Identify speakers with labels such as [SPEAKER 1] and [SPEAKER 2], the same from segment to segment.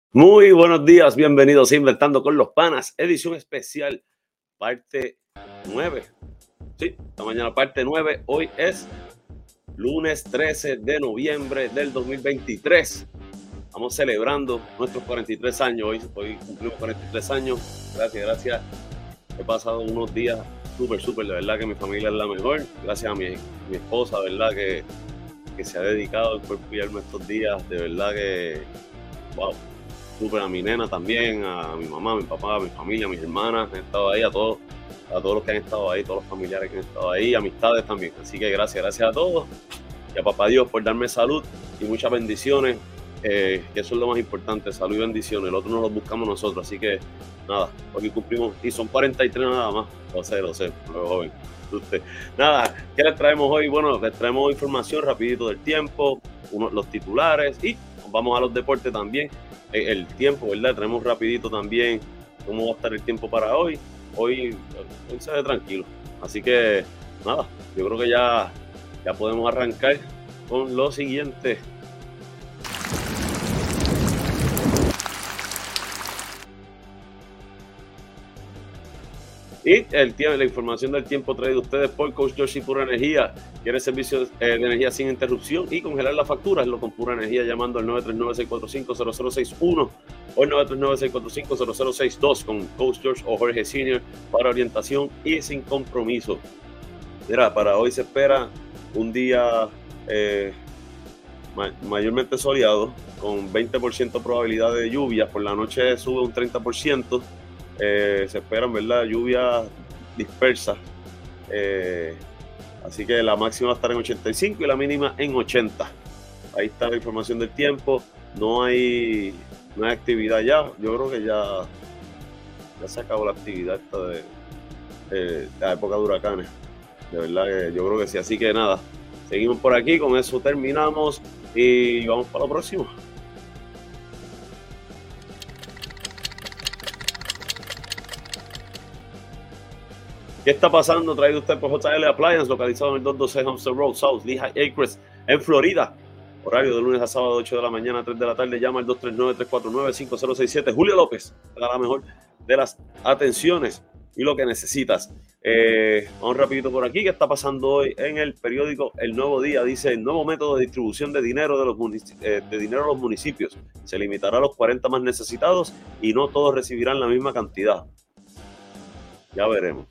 [SPEAKER 1] Muy buenos días, bienvenidos a Inventando con los Panas, edición especial, parte 9. Sí, esta mañana parte 9. Hoy es lunes 13 de noviembre del 2023. Estamos celebrando nuestros 43 años. Hoy cumplimos 43 años. Gracias. He pasado unos días súper. De verdad que mi familia es la mejor. Gracias a mi esposa, de verdad que se ha dedicado por cuidarme estos días. De verdad que, wow. Súper a mi nena también, a mi mamá, a mi papá, a mi familia, a mis hermanas, han estado ahí, a todos los que han estado ahí, todos los familiares que han estado ahí, amistades también. Así que gracias a todos y a papá Dios por darme salud y muchas bendiciones, que eso es lo más importante, salud y bendiciones. El otro no lo buscamos nosotros, así que nada, hoy cumplimos, y son 43 nada más, lo sé, pero joven. Nada, ¿qué les traemos hoy? Bueno, les traemos información rapidito del tiempo, los titulares y vamos a los deportes también. El tiempo, ¿verdad? Tenemos rapidito también cómo va a estar el tiempo para hoy. Hoy se ve tranquilo. Así que, nada, yo creo que ya podemos arrancar con lo siguiente. Y la información del tiempo traída a ustedes por Coach Josh Pura Energía. Quiere servicios de energía sin interrupción y congelar las facturas. Lo con Pura Energía llamando al 939-645-0061 o el 939-645-0062 con Coach George o Jorge Senior para orientación y sin compromiso. Mira, para hoy se espera un día mayormente soleado con 20% probabilidad de lluvia. Por la noche sube un 30%. Se esperan, ¿verdad? Lluvias dispersas. Así que la máxima va a estar en 85 y la mínima en 80. Ahí está la información del tiempo. No hay actividad ya. Yo creo que ya se acabó la actividad esta de la época de huracanes. De verdad que yo creo que sí. Así que nada, seguimos por aquí. Con eso terminamos y vamos para lo próximo. ¿Qué está pasando? Traído usted por JL Appliance, localizado en el 226 Homestead Road, South Lehigh Acres, en Florida. Horario de lunes a sábado, 8 de la mañana a 3 de la tarde. Llama al 239-349-5067. Julio López, da la mejor de las atenciones y lo que necesitas. Vamos rapidito por aquí. ¿Qué está pasando hoy en el periódico El Nuevo Día? Dice: el nuevo método de distribución de dinero de los municipios. Se limitará a los 40 más necesitados y no todos recibirán la misma cantidad. Ya veremos.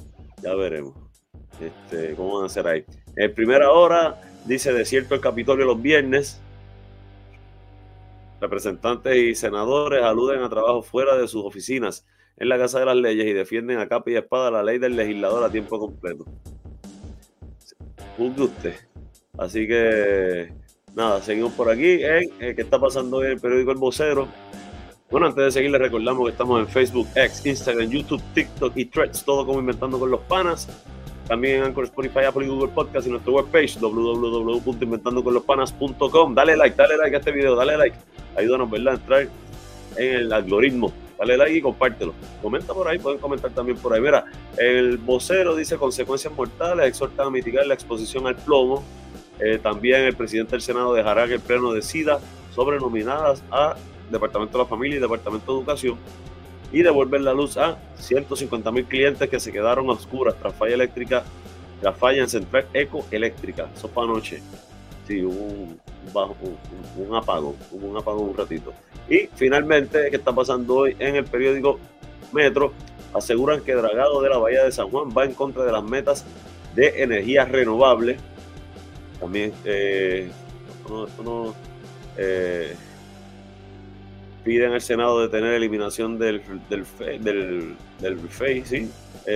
[SPEAKER 1] ¿Cómo van a hacer ahí? En primera hora dice: desierto el Capitolio los viernes. Representantes y senadores aluden a trabajo fuera de sus oficinas en la Casa de las Leyes y defienden a capa y espada la ley del legislador a tiempo completo. Juzgue usted. Así que nada, seguimos por aquí. ¿Qué está pasando hoy en el periódico El Vocero? Bueno, antes de seguir, les recordamos que estamos en Facebook, X, Instagram, YouTube, TikTok y Threads, todo como Inventando con los Panas. También en Anchor, Spotify, Apple y Google Podcast y nuestra webpage www.inventandoconlospanas.com. Dale like a este video, dale like. Ayúdanos, ¿verdad?, a entrar en el algoritmo. Dale like y compártelo. Comenta por ahí, pueden comentar también por ahí. Mira, El Vocero dice: consecuencias mortales, exhortan a mitigar la exposición al plomo. También el presidente del Senado dejará que el Pleno decida sobre nominadas a Departamento de la Familia y Departamento de Educación, y devolver la luz a 150,000 clientes que se quedaron a oscuras tras falla en Central Ecoeléctrica. Eso fue anoche. Sí, hubo un apagón un ratito. Y finalmente, ¿qué está pasando hoy en el periódico Metro? Aseguran que dragado de la Bahía de San Juan va en contra de las metas de energías renovables. También piden al Senado detener eliminación del FEI, ¿sí?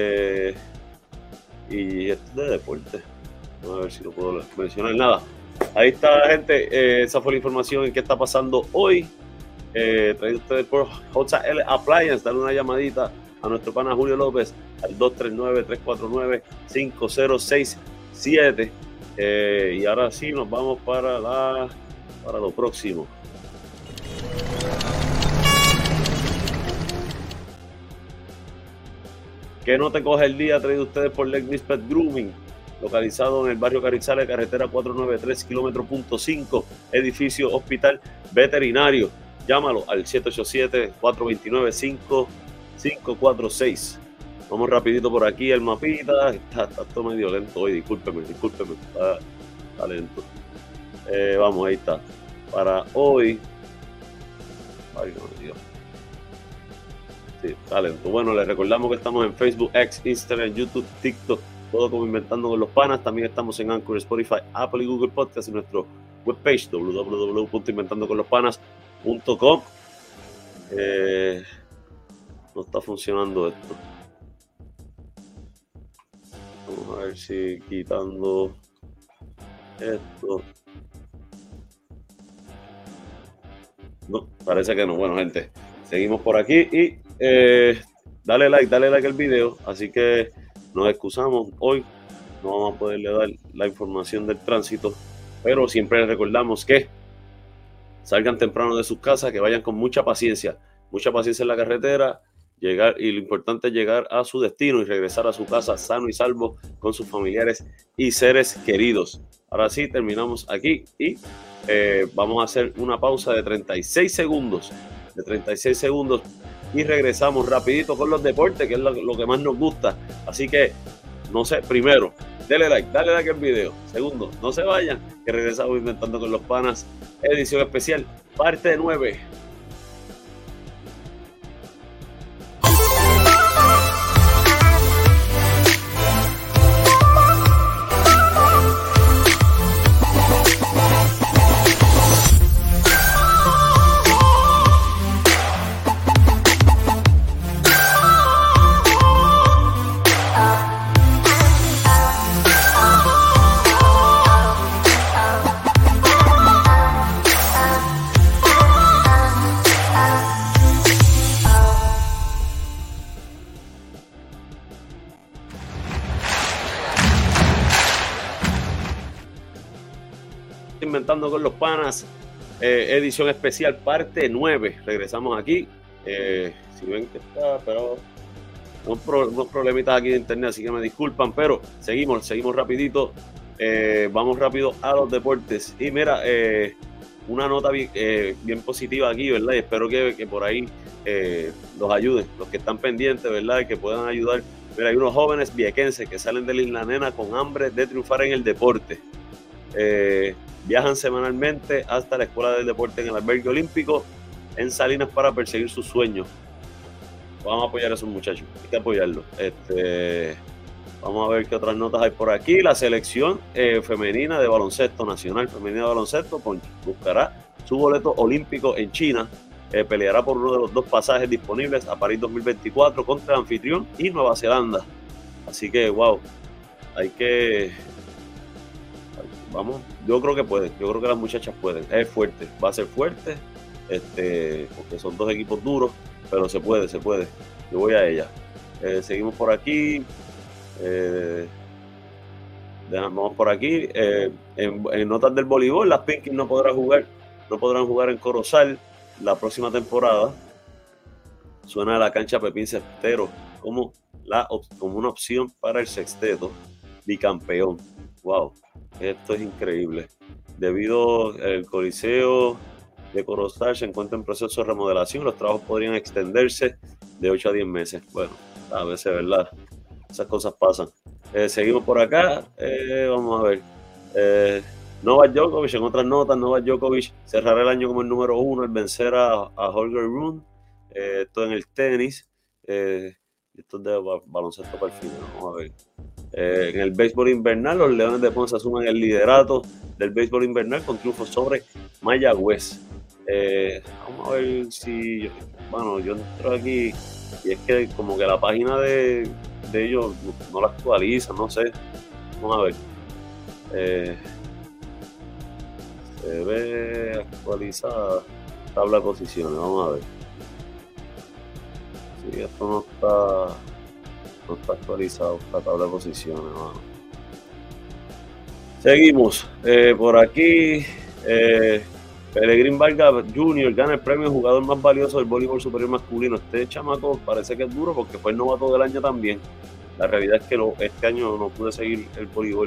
[SPEAKER 1] Y esto es de deporte. Vamos a ver si lo puedo mencionar. Nada, ahí está, gente. Esa fue la información en qué está pasando hoy. Traído ustedes por JL Appliance. Dale una llamadita a nuestro pana Julio López al 239-349-5067. Y ahora sí, nos vamos para lo próximo. Que no te coge el día, traído ustedes por Legnis Pet Grooming, localizado en el barrio Carizales, carretera 493, kilómetro .5, edificio Hospital Veterinario. llámalo al 787-429-5546. Vamos rapidito por aquí el mapita. Está todo medio lento hoy, discúlpeme, está lento. Vamos, ahí está. Para hoy, ay, no, Dios. Sí, está lento. Bueno, les recordamos que estamos en Facebook, X, Instagram, YouTube, TikTok, todo como Inventando con los Panas. También estamos en Anchor, Spotify, Apple y Google Podcast, en nuestro webpage www.inventandoconlospanas.com. No está funcionando esto. Vamos a ver si quitando esto. No, parece que no. Bueno, gente, seguimos por aquí y dale like al video. Así que nos excusamos. Hoy no vamos a poderle dar la información del tránsito, pero siempre les recordamos que salgan temprano de sus casas, que vayan con mucha paciencia en la carretera, llegar, y lo importante es llegar a su destino y regresar a su casa sano y salvo con sus familiares y seres queridos. Ahora sí, terminamos aquí y vamos a hacer una pausa de 36 segundos y regresamos rapidito con los deportes, que es lo que más nos gusta. Así que, no sé, primero, dale like al video. Segundo, no se vayan, que regresamos Inventando con los Panas, edición especial, parte 9. Inventando con los Panas, edición especial, parte 9. Regresamos aquí. Si ven que está, pero unos problemitas aquí de internet, así que me disculpan, pero seguimos rapidito. Vamos rápido a los deportes. Y mira, una nota bien positiva aquí, ¿verdad? Y espero que por ahí los ayuden, los que están pendientes, ¿verdad? Y que puedan ayudar. Mira, hay unos jóvenes viequenses que salen de la Isla Nena con hambre de triunfar en el deporte. Viajan semanalmente hasta la Escuela del Deporte en el Albergue Olímpico en Salinas para perseguir sus sueños. Vamos a apoyar a esos muchachos, hay que apoyarlos. Vamos a ver qué otras notas hay por aquí. La selección femenina de baloncesto, nacional femenina de baloncesto, buscará su boleto olímpico en China. Peleará por uno de los 2 pasajes disponibles a París 2024 contra el anfitrión y Nueva Zelanda. Así que, wow, hay que... Vamos, yo creo que pueden, yo creo que las muchachas pueden. Es fuerte, va a ser fuerte, porque son 2 equipos duros, pero se puede. Yo voy a ella. Seguimos por aquí. Vamos por aquí. En notas del voleibol, las Pinkies no podrán jugar en Corozal la próxima temporada. Suena a la cancha Pepín Cestero como una opción para el sexteto bicampeón. Wow, esto es increíble. Debido al Coliseo de Corozal se encuentra en proceso de remodelación, los trabajos podrían extenderse de 8 a 10 meses. Bueno, a veces, ¿verdad? Esas cosas pasan. Seguimos por acá. Vamos a ver. Novak Djokovic, en otras notas, Novak Djokovic cerrará el año como el número 1 al vencer a Holger Rune. Esto en el tenis. Esto es de baloncesto para el final. Vamos a ver. En el béisbol invernal, los Leones de Ponce asumen el liderato del béisbol invernal con triunfo sobre Mayagüez. Vamos a ver si... Bueno, yo entro aquí y es que como que la página de ellos no la actualizan, no sé. Vamos a ver. Se ve actualizada tabla de posiciones. Vamos a ver. Sí, esto no está actualizado, la tabla de posiciones. Mano. Seguimos por aquí. Pelegrín Vargas Jr. gana el premio jugador más valioso del voleibol superior masculino. Este chamaco parece que es duro porque fue el novato del año también. La realidad es que este año no pude seguir el voleibol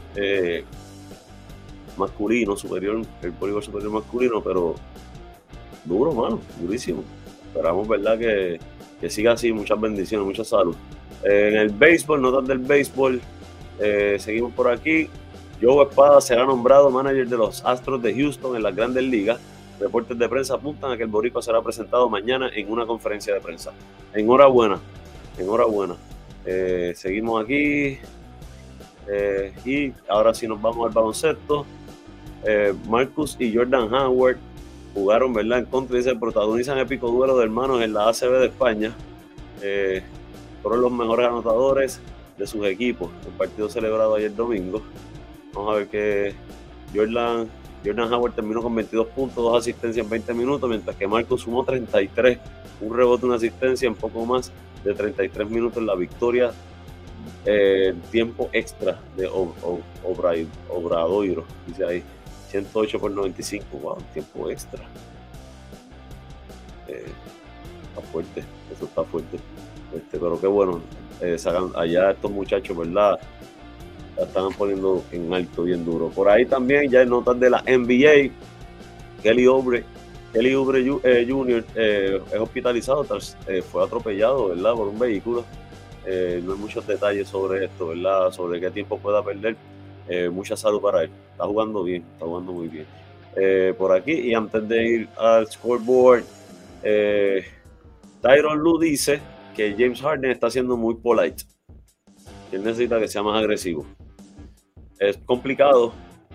[SPEAKER 1] masculino superior, el voleibol superior masculino, pero Duro, mano, durísimo. Esperamos, ¿verdad? Que siga así, muchas bendiciones, mucha salud. En el béisbol, notas del béisbol, seguimos por aquí. Joe Espada será nombrado manager de los Astros de Houston en las Grandes Ligas. Reportes de prensa apuntan a que el boricua será presentado mañana en una conferencia de prensa. Enhorabuena, enhorabuena. Seguimos aquí. Y ahora sí nos vamos al baloncesto. Marcus y Jordan Howard jugaron, ¿verdad? En contra, dice, protagonizan épico duelo de hermanos en la ACB de España. Fueron los mejores anotadores de sus equipos. El partido celebrado ayer domingo. Vamos a ver que Jordan Howard terminó con 22 puntos, 2 asistencias en 20 minutos, mientras que Marcus sumó 33, un rebote, una asistencia en poco más de 33 minutos en la victoria. Tiempo extra de Obradoiro, dice ahí, 108 por 95, wow, tiempo extra. Está fuerte, eso está fuerte. Pero qué bueno, allá estos muchachos, ¿verdad? La estaban poniendo en alto, bien duro. Por ahí también ya hay notas de la NBA. Kelly Oubre Jr. Es hospitalizado, fue atropellado, ¿verdad? Por un vehículo. No hay muchos detalles sobre esto, ¿verdad? Sobre qué tiempo pueda perder. Mucha salud para él. Está jugando bien, está jugando muy bien. Por aquí, y antes de ir al scoreboard, Tyronn Lue dice que James Harden está siendo muy polite. Él necesita que sea más agresivo. Es complicado.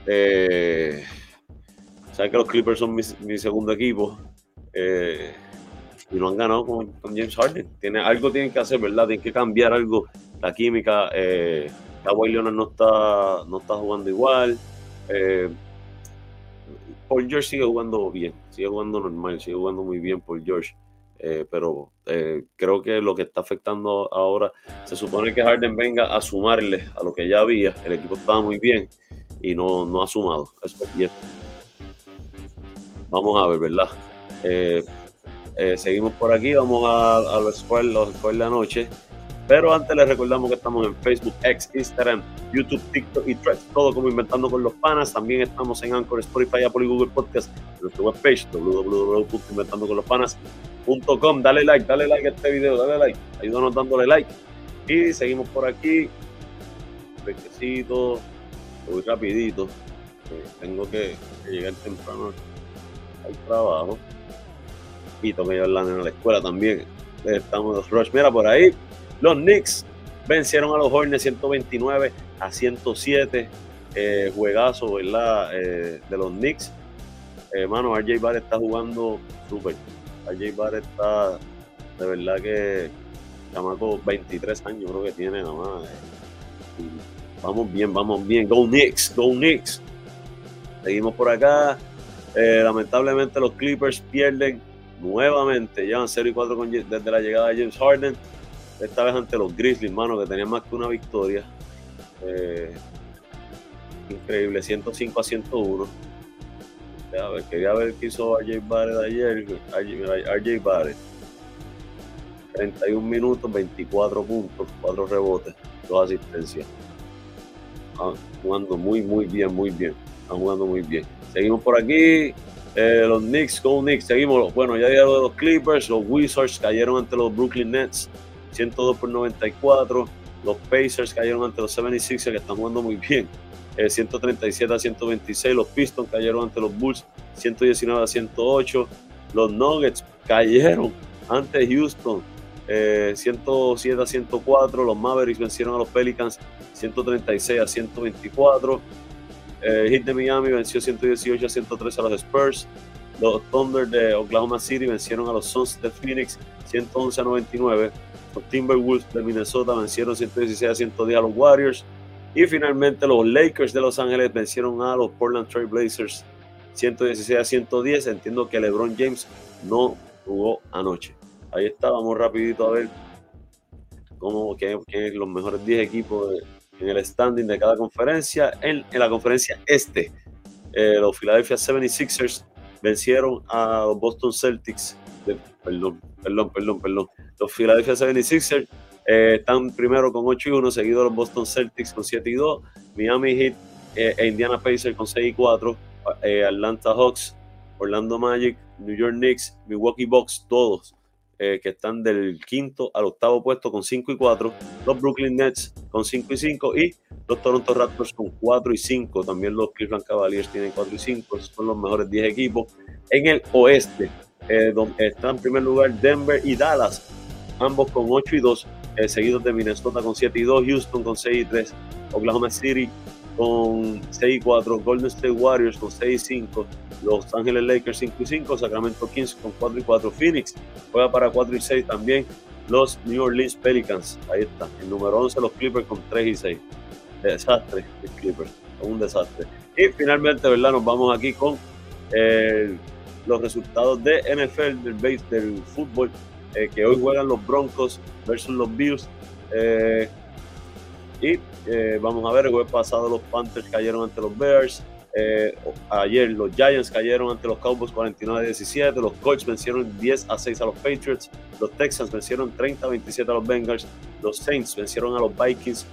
[SPEAKER 1] Saben que los Clippers son mi segundo equipo. Y no han ganado con James Harden. Algo tienen que hacer, ¿verdad? Tienen que cambiar algo. La química. Kawhi Leonard no está jugando igual. Paul George sigue jugando bien. Sigue jugando normal. Sigue jugando muy bien Paul George. Pero creo que lo que está afectando ahora, se supone que Harden venga a sumarle a lo que ya había. El equipo estaba muy bien y no ha sumado. Eso es cierto. Vamos a ver, ¿verdad? Seguimos por aquí, vamos a los scores de la noche. Pero antes les recordamos que estamos en Facebook, X, Instagram, YouTube, TikTok y Threads, todo como Inventando con los Panas. También estamos en Anchor, Spotify, Apple y Google Podcast, en nuestra webpage www.inventandoconlospanas.com. Dale like a este video, dale like, ayúdanos dándole like. Y seguimos por aquí, fresquecito, muy rapidito. Tengo que llegar temprano al trabajo y tengo que llevar la nena a la escuela también. Estamos en los Rush. Mira, por ahí los Knicks vencieron a los Hornets 129-107. Juegazo, ¿verdad? De los Knicks. Mano, RJ Barrett está jugando súper. RJ Barrett está, de verdad que, chamaco, 23 años creo que tiene nada más. Vamos bien. Go Knicks, go Knicks. Seguimos por acá. Lamentablemente los Clippers pierden nuevamente. Llevan 0-4 desde la llegada de James Harden. Esta vez ante los Grizzlies, mano, que tenían más que una victoria. Increíble, 105-101. A ver, quería ver qué hizo RJ Barrett ayer. RJ Barrett, 31 minutos, 24 puntos, 4 rebotes, 2 asistencias. Están jugando muy bien. Están jugando muy bien. Seguimos por aquí. Los Knicks, go Knicks. Seguimos. Bueno, ya dijeron de los Clippers. Los Wizards cayeron ante los Brooklyn Nets, 102-94. Los Pacers cayeron ante los 76ers, que están jugando muy bien, 137-126. Los Pistons cayeron ante los Bulls, 119-108. Los Nuggets cayeron ante Houston, 107-104. Los Mavericks vencieron a los Pelicans, 136-124. Heat de Miami venció 118-103 a los Spurs. Los Thunder de Oklahoma City vencieron a los Suns de Phoenix, 111-99. Los Timberwolves de Minnesota vencieron 116-110 a los Warriors. Y finalmente los Lakers de Los Ángeles vencieron a los Portland Trail Blazers, 116-110. Entiendo que LeBron James no jugó anoche. Ahí está, vamos rapidito a ver qué los mejores 10 equipos en el standing de cada conferencia. En la conferencia este, los Philadelphia 76ers vencieron a los Boston Celtics. Perdón. Los Philadelphia 76ers están primero con 8-1, seguido los Boston Celtics con 7-2, Miami Heat e Indiana Pacers con 6-4, Atlanta Hawks, Orlando Magic, New York Knicks, Milwaukee Bucks, todos que están del quinto al octavo puesto con 5-4, los Brooklyn Nets con 5-5 y los Toronto Raptors con 4-5. También los Cleveland Cavaliers tienen 4-5. Esos son los mejores 10 equipos. En el oeste, donde están en primer lugar Denver y Dallas, ambos con 8-2, seguidos de Minnesota con 7-2, Houston con 6-3, Oklahoma City con 6-4, Golden State Warriors con 6-5, Los Ángeles Lakers 5-5, Sacramento Kings con 4-4, Phoenix juega para 4-6 también, los New Orleans Pelicans, ahí está, el número 11 los Clippers con 3-6, desastre los Clippers, un desastre. Y finalmente, ¿verdad? Nos vamos aquí con los resultados de NFL, del fútbol, que hoy juegan los Broncos versus los Bills. Vamos a ver, el jueves pasado los Panthers cayeron ante los Bears. Ayer los Giants cayeron ante los Cowboys 49-17. Los Colts vencieron 10-6 a los Patriots. Los Texans vencieron 30-27 a los Bengals. Los Saints vencieron a los Vikings.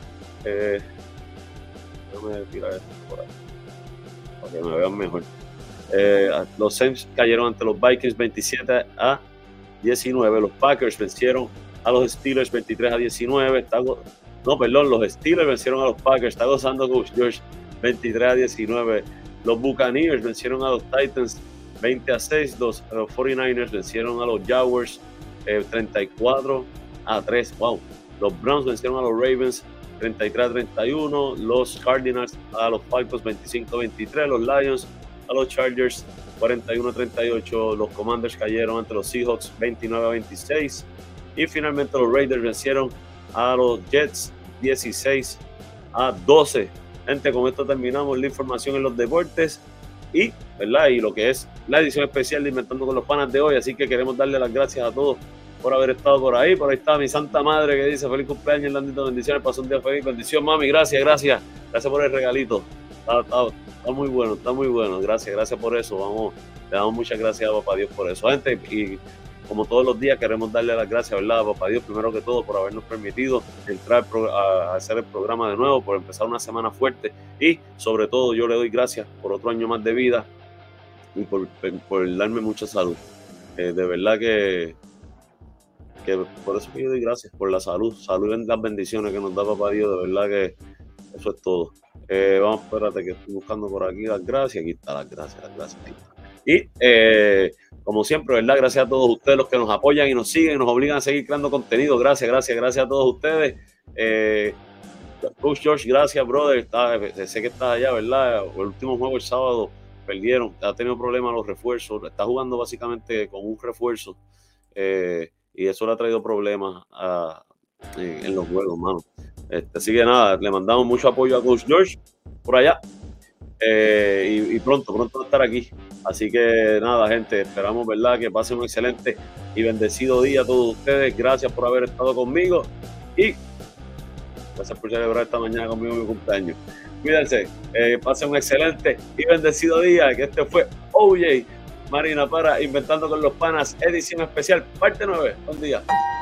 [SPEAKER 1] Déjame tirar esto por ahí para que me vean mejor. Los Saints cayeron ante los Vikings 27-19. Los Packers vencieron a los Steelers 23-19. Los Steelers vencieron a los Packers. Está gozando Coach George 23-19. Los Buccaneers vencieron a los Titans 20-6. Los 49ers vencieron a los Jaguars 34-3. Wow. Los Browns vencieron a los Ravens 33-31. Los Cardinals a los Falcons 25-23. Los Lions a los Chargers 41-38. Los Commanders cayeron ante los Seahawks 29-26. Y finalmente los Raiders vencieron a los Jets 16-12. Gente, con esto terminamos la información en los deportes y lo que es la edición especial de Inventando con los Panas de hoy. Así que queremos darle las gracias a todos por haber estado por ahí. Por ahí está mi santa madre que dice feliz cumpleaños, Landito, bendiciones, pasó un día feliz. Bendición, mami, gracias por el regalito. Está muy bueno, gracias por eso. Le damos muchas gracias a Papá Dios por eso, gente. Y como todos los días queremos darle las gracias, ¿verdad?, a Papá Dios primero que todo por habernos permitido entrar a hacer el programa de nuevo, por empezar una semana fuerte y sobre todo yo le doy gracias por otro año más de vida y por darme mucha salud. De verdad que por eso que yo doy gracias, por la salud y las bendiciones que nos da Papá Dios, de verdad que eso es todo. Vamos, espérate que estoy buscando por aquí las gracias, aquí está las gracias, aquí está. Y como siempre, ¿verdad? Gracias a todos ustedes los que nos apoyan y nos siguen, nos obligan a seguir creando contenido. Gracias a todos ustedes. Coach George, gracias, brother. Sé que estás allá, ¿verdad? El último juego el sábado perdieron, ha tenido problemas los refuerzos, está jugando básicamente con un refuerzo y eso le ha traído problemas en los juegos, mano. Así que nada, le mandamos mucho apoyo a Coach George por allá. Y pronto va a estar aquí. Así que nada, gente, esperamos, ¿verdad?, que pasen un excelente y bendecido día a todos ustedes. Gracias por haber estado conmigo y gracias por celebrar esta mañana conmigo mi cumpleaños. Cuídense, pasen un excelente y bendecido día. Que este fue OJ Marina para Inventando con los Panas, edición especial, parte 9. Buen día.